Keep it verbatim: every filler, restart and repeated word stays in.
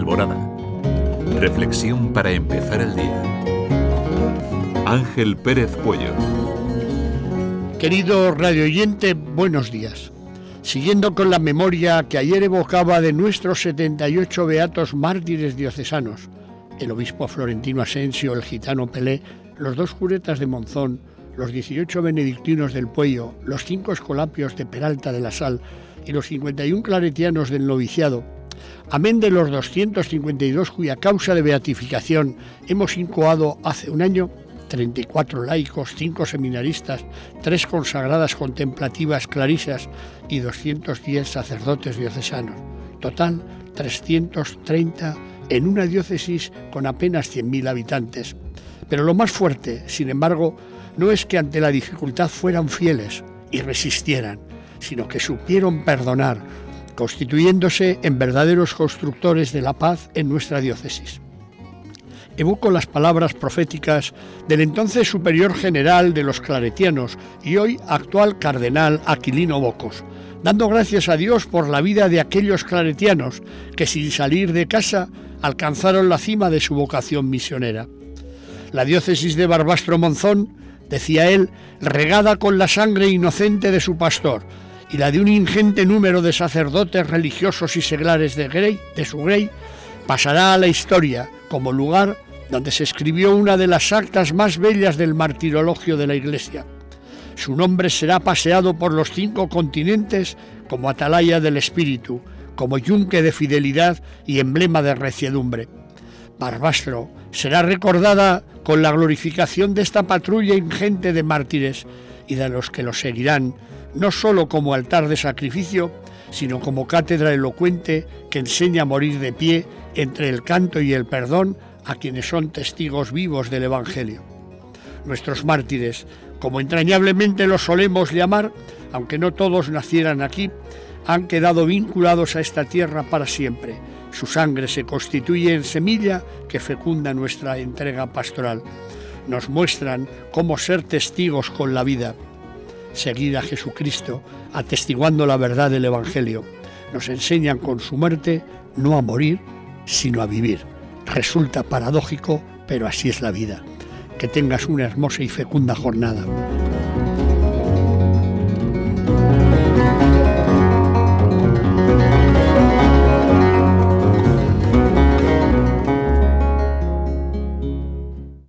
Alborada. Reflexión para empezar el día. Ángel Pérez Puello. Querido radioyente, buenos días. Siguiendo con la memoria que ayer evocaba de nuestros setenta y ocho beatos mártires diocesanos, el obispo florentino Asensio, el gitano Pelé, los dos curetas de Monzón, los dieciocho benedictinos del Puello, los cinco escolapios de Peralta de la Sal y los cincuenta y uno claretianos del noviciado, amén de los doscientos cincuenta y dos cuya causa de beatificación hemos incoado hace un año, treinta y cuatro laicos, cinco seminaristas, tres consagradas contemplativas clarisas y doscientos diez sacerdotes diocesanos. Total, trescientos treinta en una diócesis con apenas cien mil habitantes. Pero lo más fuerte, sin embargo, no es que ante la dificultad fueran fieles y resistieran, sino que supieron perdonar, constituyéndose en verdaderos constructores de la paz en nuestra diócesis. Evoco las palabras proféticas del entonces superior general de los claretianos y hoy actual cardenal Aquilino Bocos, dando gracias a Dios por la vida de aquellos claretianos que sin salir de casa alcanzaron la cima de su vocación misionera. La diócesis de Barbastro-Monzón, decía él, regada con la sangre inocente de su pastor, y la de un ingente número de sacerdotes religiosos y seglares de, Grey, de su grey, pasará a la historia como lugar donde se escribió una de las actas más bellas del martirologio de la Iglesia. Su nombre será paseado por los cinco continentes como atalaya del espíritu, como yunque de fidelidad y emblema de reciedumbre. Barbastro será recordada con la glorificación de esta patrulla ingente de mártires y de los que lo seguirán, no sólo como altar de sacrificio, sino como cátedra elocuente que enseña a morir de pie entre el canto y el perdón a quienes son testigos vivos del Evangelio. Nuestros mártires, como entrañablemente los solemos llamar, aunque no todos nacieran aquí, han quedado vinculados a esta tierra para siempre. Su sangre se constituye en semilla que fecunda nuestra entrega pastoral. Nos muestran cómo ser testigos con la vida, seguir a Jesucristo, atestiguando la verdad del Evangelio. Nos enseñan con su muerte no a morir, sino a vivir. Resulta paradójico, pero así es la vida. Que tengas una hermosa y fecunda jornada.